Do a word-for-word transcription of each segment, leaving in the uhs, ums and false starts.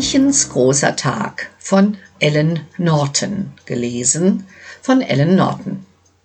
Bienchens großer Tag von Ellen Norton, gelesen von Ellen Norton.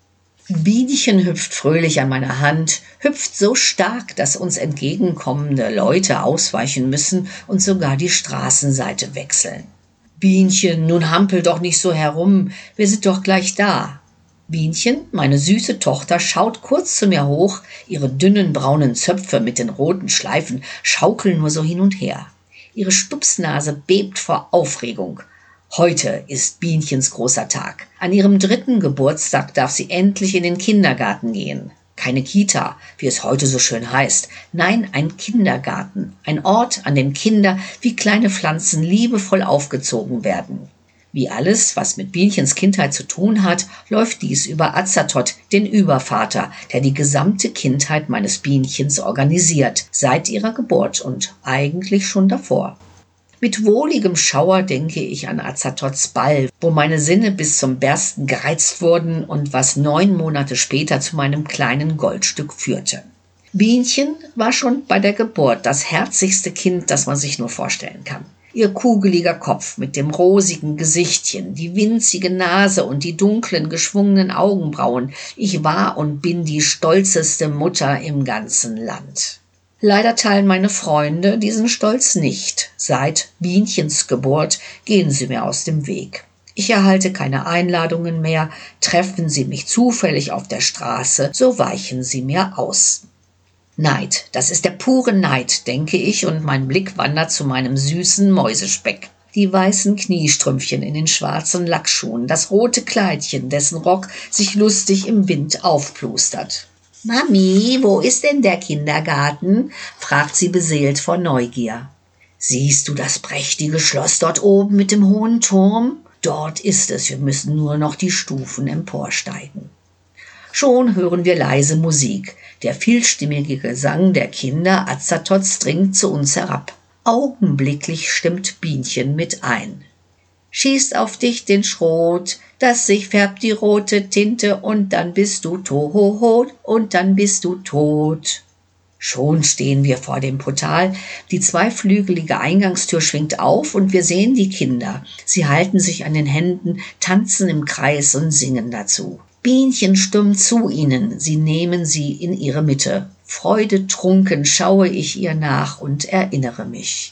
Bienchen hüpft fröhlich an meiner Hand, hüpft so stark, dass uns entgegenkommende Leute ausweichen müssen und sogar die Straßenseite wechseln. Bienchen, nun hampel doch nicht so herum, wir sind doch gleich da. Bienchen, meine süße Tochter, schaut kurz zu mir hoch, ihre dünnen braunen Zöpfe mit den roten Schleifen schaukeln nur so hin und her. Ihre Stupsnase bebt vor Aufregung. Heute ist Bienchens großer Tag. An ihrem dritten Geburtstag darf sie endlich in den Kindergarten gehen. Keine Kita, wie es heute so schön heißt. Nein, ein Kindergarten. Ein Ort, an dem Kinder wie kleine Pflanzen liebevoll aufgezogen werden. Wie alles, was mit Bienchens Kindheit zu tun hat, läuft dies über Azathoth, den Übervater, der die gesamte Kindheit meines Bienchens organisiert, seit ihrer Geburt und eigentlich schon davor. Mit wohligem Schauer denke ich an Azathoths Ball, wo meine Sinne bis zum Bersten gereizt wurden und was neun Monate später zu meinem kleinen Goldstück führte. Bienchen war schon bei der Geburt das herzigste Kind, das man sich nur vorstellen kann. Ihr kugeliger Kopf mit dem rosigen Gesichtchen, die winzige Nase und die dunklen, geschwungenen Augenbrauen. Ich war und bin die stolzeste Mutter im ganzen Land. Leider teilen meine Freunde diesen Stolz nicht. Seit Bienchens Geburt gehen sie mir aus dem Weg. Ich erhalte keine Einladungen mehr, treffen sie mich zufällig auf der Straße, so weichen sie mir aus. Neid, das ist der pure Neid, denke ich, und mein Blick wandert zu meinem süßen Mäusespeck. Die weißen Kniestrümpfchen in den schwarzen Lackschuhen, das rote Kleidchen, dessen Rock sich lustig im Wind aufplustert. »Mami, wo ist denn der Kindergarten?« fragt sie beseelt vor Neugier. »Siehst du das prächtige Schloss dort oben mit dem hohen Turm? Dort ist es, wir müssen nur noch die Stufen emporsteigen.« Schon hören wir leise Musik. Der vielstimmige Gesang der Kinder Azathoths dringt zu uns herab. Augenblicklich stimmt Bienchen mit ein. Schießt auf dich den Schrot, dass sich färbt die rote Tinte und dann bist du tot, und dann bist du tot. Schon stehen wir vor dem Portal, die zweiflügelige Eingangstür schwingt auf und wir sehen die Kinder. Sie halten sich an den Händen, tanzen im Kreis und singen dazu. Bienchen stürmt zu ihnen, sie nehmen sie in ihre Mitte. Freudetrunken schaue ich ihr nach und erinnere mich.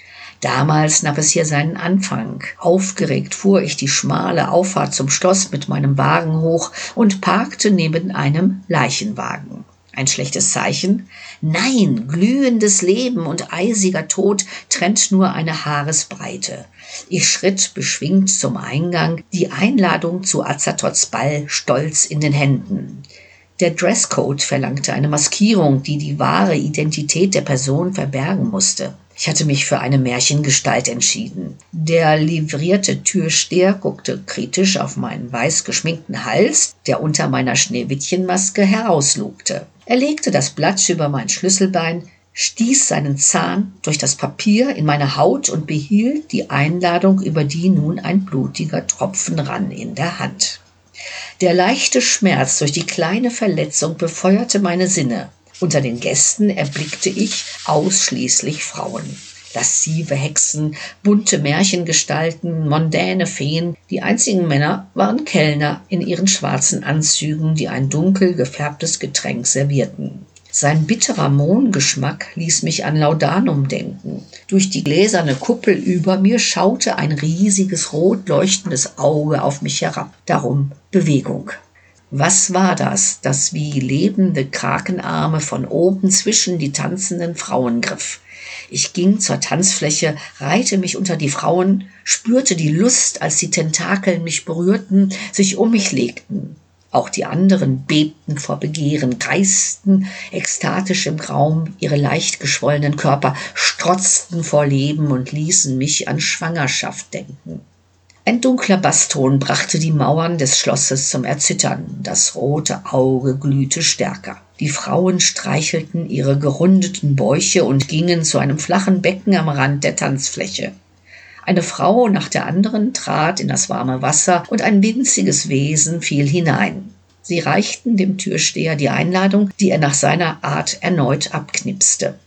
Damals nahm es hier seinen Anfang. Aufgeregt fuhr ich die schmale Auffahrt zum Schloss mit meinem Wagen hoch und parkte neben einem Leichenwagen. Ein schlechtes Zeichen? Nein, glühendes Leben und eisiger Tod trennt nur eine Haaresbreite. Ich schritt beschwingt zum Eingang, die Einladung zu Azathoths Ball stolz in den Händen. Der Dresscode verlangte eine Maskierung, die die wahre Identität der Person verbergen musste. Ich hatte mich für eine Märchengestalt entschieden. Der livrierte Türsteher guckte kritisch auf meinen weiß geschminkten Hals, der unter meiner Schneewittchenmaske herauslugte. Er legte das Blatt über mein Schlüsselbein, stieß seinen Zahn durch das Papier in meine Haut und behielt die Einladung, über die nun ein blutiger Tropfen rann, in der Hand. Der leichte Schmerz durch die kleine Verletzung befeuerte meine Sinne. Unter den Gästen erblickte ich ausschließlich Frauen. Lascive Hexen, bunte Märchengestalten, mondäne Feen. Die einzigen Männer waren Kellner in ihren schwarzen Anzügen, die ein dunkel gefärbtes Getränk servierten. Sein bitterer Mohngeschmack ließ mich an Laudanum denken. Durch die gläserne Kuppel über mir schaute ein riesiges, rot leuchtendes Auge auf mich herab. Darum Bewegung. Was war das, das wie lebende Krakenarme von oben zwischen die tanzenden Frauen griff? Ich ging zur Tanzfläche, reihte mich unter die Frauen, spürte die Lust, als die Tentakeln mich berührten, sich um mich legten. Auch die anderen bebten vor Begehren, kreisten ekstatisch im Raum, ihre leicht geschwollenen Körper strotzten vor Leben und ließen mich an Schwangerschaft denken. Ein dunkler Basston brachte die Mauern des Schlosses zum Erzittern. Das rote Auge glühte stärker. Die Frauen streichelten ihre gerundeten Bäuche und gingen zu einem flachen Becken am Rand der Tanzfläche. Eine Frau nach der anderen trat in das warme Wasser und ein winziges Wesen fiel hinein. Sie reichten dem Türsteher die Einladung, die er nach seiner Art erneut abknipste.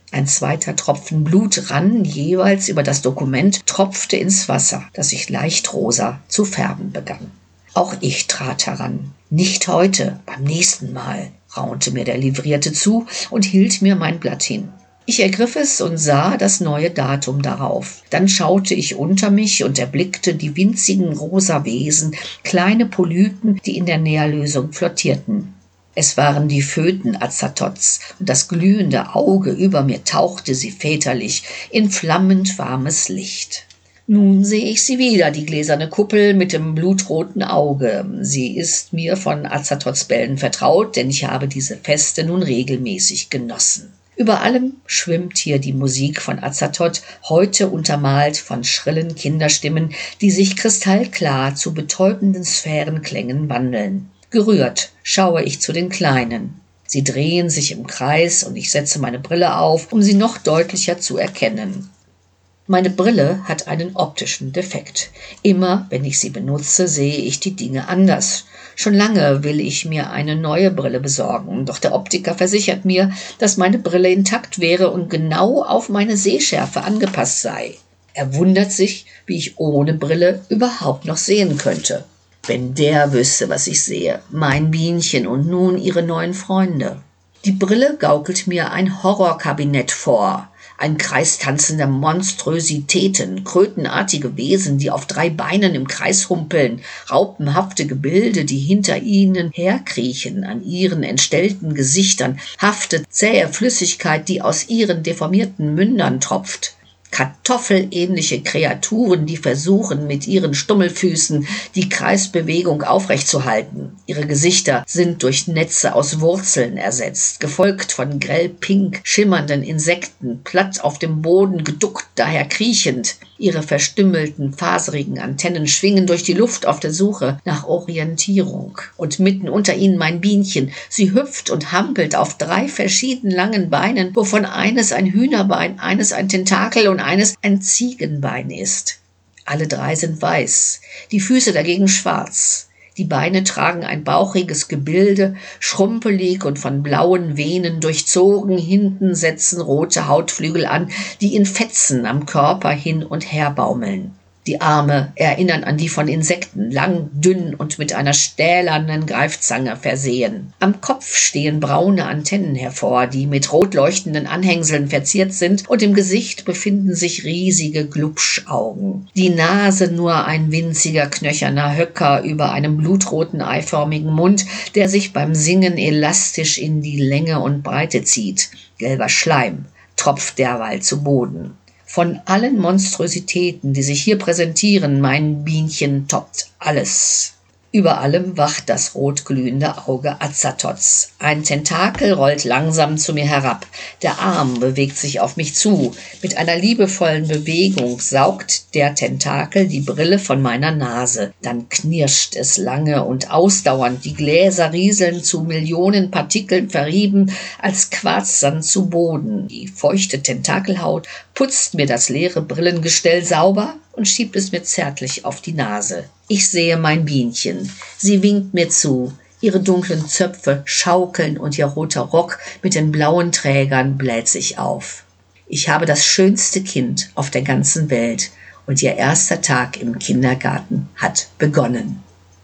Ein zweiter Tropfen Blut rann jeweils über das Dokument, tropfte ins Wasser, das sich leicht rosa zu färben begann. Auch ich trat heran. »Nicht heute, beim nächsten Mal«, raunte mir der Livrierte zu und hielt mir mein Blatt hin. Ich ergriff es und sah das neue Datum darauf. Dann schaute ich unter mich und erblickte die winzigen rosa Wesen, kleine Polypen, die in der Nährlösung flottierten. Es waren die Föten-Azathots, und das glühende Auge über mir tauchte sie väterlich in flammend warmes Licht. Nun sehe ich sie wieder, die gläserne Kuppel mit dem blutroten Auge. Sie ist mir von Azathots-Bällen vertraut, denn ich habe diese Feste nun regelmäßig genossen. Über allem schwimmt hier die Musik von Azathoth, heute untermalt von schrillen Kinderstimmen, die sich kristallklar zu betäubenden Sphärenklängen wandeln. Gerührt schaue ich zu den Kleinen. Sie drehen sich im Kreis und ich setze meine Brille auf, um sie noch deutlicher zu erkennen. Meine Brille hat einen optischen Defekt. Immer, wenn ich sie benutze, sehe ich die Dinge anders. Schon lange will ich mir eine neue Brille besorgen, doch der Optiker versichert mir, dass meine Brille intakt wäre und genau auf meine Sehschärfe angepasst sei. Er wundert sich, wie ich ohne Brille überhaupt noch sehen könnte. Wenn der wüsste, was ich sehe, mein Bienchen und nun ihre neuen Freunde. Die Brille gaukelt mir ein Horrorkabinett vor. Ein Kreis tanzender Monströsitäten, krötenartige Wesen, die auf drei Beinen im Kreis humpeln, raupenhafte Gebilde, die hinter ihnen herkriechen, an ihren entstellten Gesichtern haftet zähe Flüssigkeit, die aus ihren deformierten Mündern tropft. Kartoffelähnliche Kreaturen, die versuchen, mit ihren Stummelfüßen die Kreisbewegung aufrechtzuhalten. Ihre Gesichter sind durch Netze aus Wurzeln ersetzt, gefolgt von grell-pink schimmernden Insekten, platt auf dem Boden geduckt, daher kriechend. Ihre verstümmelten, faserigen Antennen schwingen durch die Luft auf der Suche nach Orientierung. Und mitten unter ihnen mein Bienchen. Sie hüpft und hampelt auf drei verschieden langen Beinen, wovon eines ein Hühnerbein, eines ein Tentakel und eines ein Ziegenbein ist. Alle drei sind weiß, die Füße dagegen schwarz. Die Beine tragen ein bauchiges Gebilde, schrumpelig und von blauen Venen durchzogen. Hinten setzen rote Hautflügel an, die in Fetzen am Körper hin und her baumeln. Die Arme erinnern an die von Insekten, lang, dünn und mit einer stählernen Greifzange versehen. Am Kopf stehen braune Antennen hervor, die mit rot leuchtenden Anhängseln verziert sind, und im Gesicht befinden sich riesige Glubschaugen. Die Nase nur ein winziger knöcherner Höcker über einem blutroten eiförmigen Mund, der sich beim Singen elastisch in die Länge und Breite zieht. Gelber Schleim tropft derweil zu Boden. Von allen Monstrositäten, die sich hier präsentieren, mein Bienchen toppt alles. Über allem wacht das rotglühende Auge Azathoths. Ein Tentakel rollt langsam zu mir herab. Der Arm bewegt sich auf mich zu. Mit einer liebevollen Bewegung saugt der Tentakel die Brille von meiner Nase. Dann knirscht es lange und ausdauernd. Die Gläser rieseln zu Millionen Partikeln verrieben als Quarzsand zu Boden. Die feuchte Tentakelhaut putzt mir das leere Brillengestell sauber und schiebt es mir zärtlich auf die Nase. Ich sehe mein Bienchen. Sie winkt mir zu. Ihre dunklen Zöpfe schaukeln und ihr roter Rock mit den blauen Trägern bläht sich auf. Ich habe das schönste Kind auf der ganzen Welt und ihr erster Tag im Kindergarten hat begonnen.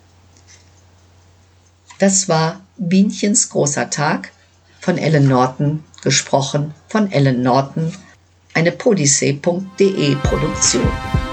Das war Bienchens großer Tag von Ellen Norton, gesprochen von Ellen Norton, eine podyssee punkt de Produktion.